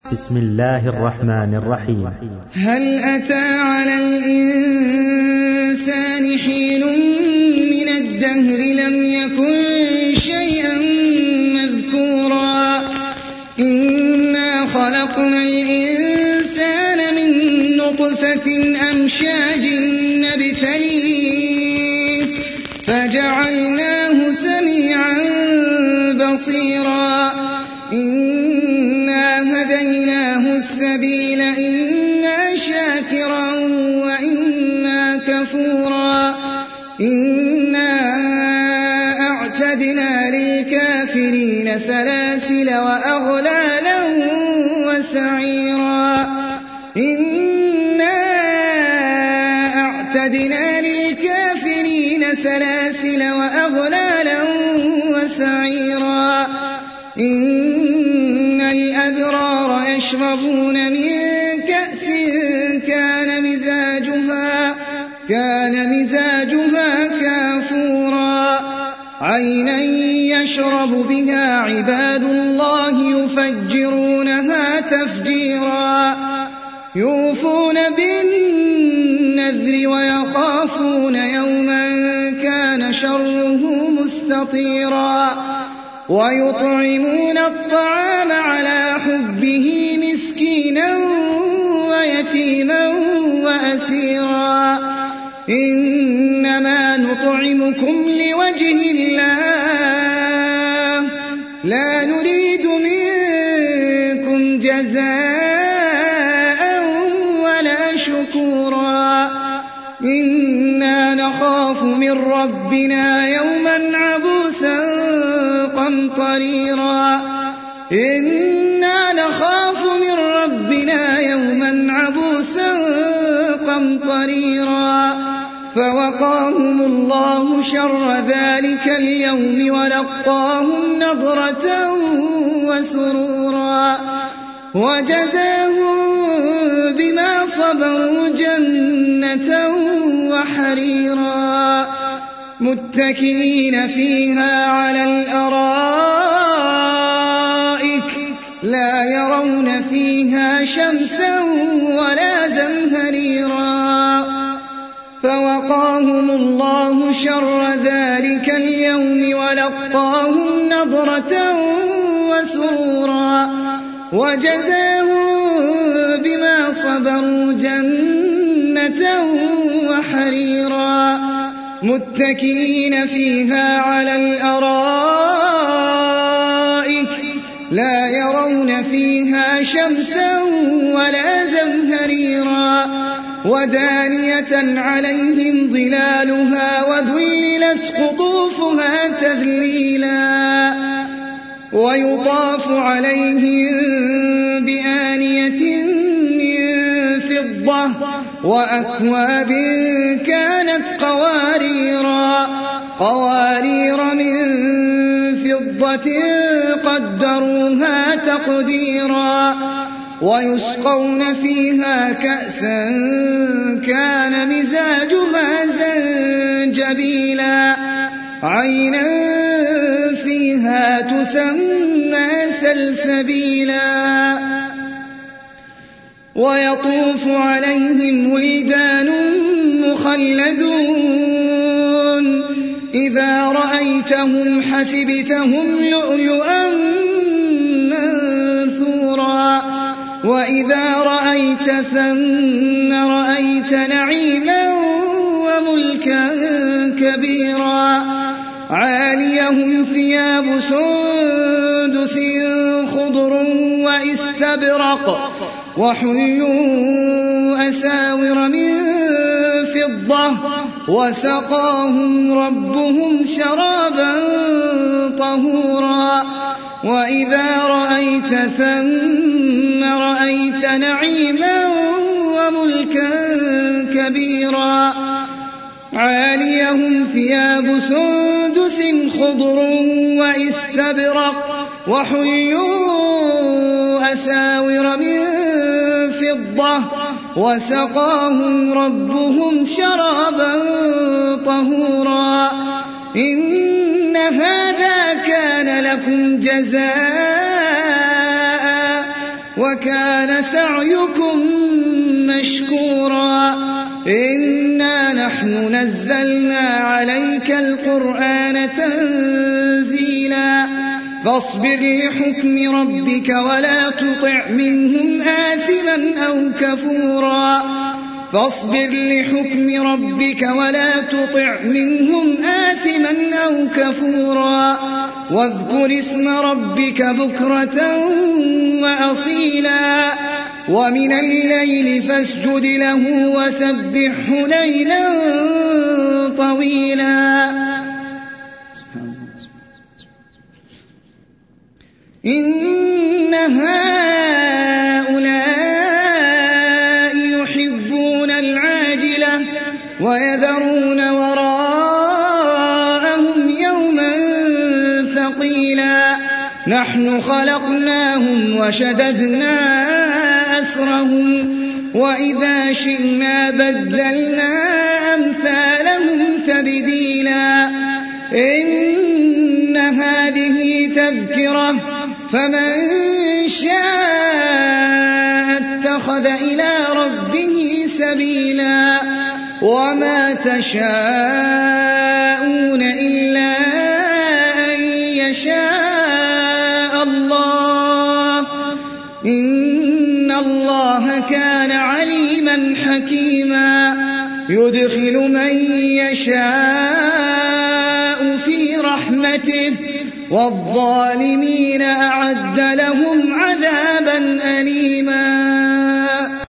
بسم الله الرحمن الرحيم. هل أتى على الإنسان حين من الدهر لم يكن شيئا مذكورا إنا خلقنا الإنسان من نطفة أمشاج نبتليه فجعلناه سميعا بصيرا إنا هديناه السبيل إما شاكرا وإما كفورا إنا أعتدنا للكافرين سلاسل وأغلالا وسعيرا إنا أعتدنا للكافرين سلاسل وأغلالا وسعيرا إن الأبرار يشربون من كأس كان مزاجها كافورا عينا يشرب بها عباد الله يفجرونها تفجيرا يوفون بالنذر ويخافون يوما كان شره مستطيرا ويطعمون الطعام على حبه مسكينا ويتيما وأسيرا إنما نطعمكم لوجه الله لا نريد منكم جزاء ولا شكورا إنا نخاف من ربنا يوما عبوسا قمطريرا إنا نخاف من ربنا يوما عبوسا قمطريرا فوقاهم الله شر ذلك اليوم ولقاهم نضرة وسرورا وجزاهم بما صبروا جنة وحريرا متكئين فيها على الأرائك لا يرون فيها شمسا ولا زمهريرا فوقاهم الله شر ذلك اليوم ولقاهم نضرة وسرورا وجزاهم بما صبروا جنة وحريرا متكئين فيها على الأرائك لا يرون فيها شمسا ولا زمهريرا ودانية عليهم ظلالها وذللت قطوفها تذليلا ويطاف عليهم بآنية من فضة وأكواب كانت قوارير من فضة قدروها تقديرا ويسقون فيها كأسا كان مزاجها زنجبيلا عينا فيها تسمى سلسبيلا ويطوف عليهم ولدان مخلدون إذا رأيتهم حسبتهم لؤلؤا منثورا وإذا رأيت ثم رأيت نعيما وملكا كبيرا عاليهم ثياب سندس خضر واستبرق وحلوا أساور من فضة وسقاهم ربهم شرابا طهورا وإذا رأيت ثم رأيت نعيما وملكا كبيرا عاليهم ثياب سندس خضر واستبرق وحلوا أساور من فضة وسقاهم ربهم شرابا طهورا إن هذا كان لكم جزاء وكان سعيكم مشكورا إنا نحن نزلنا عليك القرآن تنزيلا فاصبر لحكم ربك ولا تطع منهم آثما أو كفورا فاصبر لحكم ربك ولا تطع منهم آثما أو كفورا واذكر اسم ربك بكرة وأصيلا ومن الليل فاسجد له وسبحه ليلا طويلا إن هؤلاء يحبون العاجلة ويذرون وراءهم يوما ثقيلا نحن خلقناهم وشددنا أسرهم وإذا شئنا بدلنا أمثالهم تبديلا إن هذه تذكرة فمن شاء اتخذ إلى ربه سبيلا وما تشاءون إلا أن يشاء الله إن الله كان عليما حكيما يدخل من يشاء في رحمته والظالمين أعد لهم عذابا أليما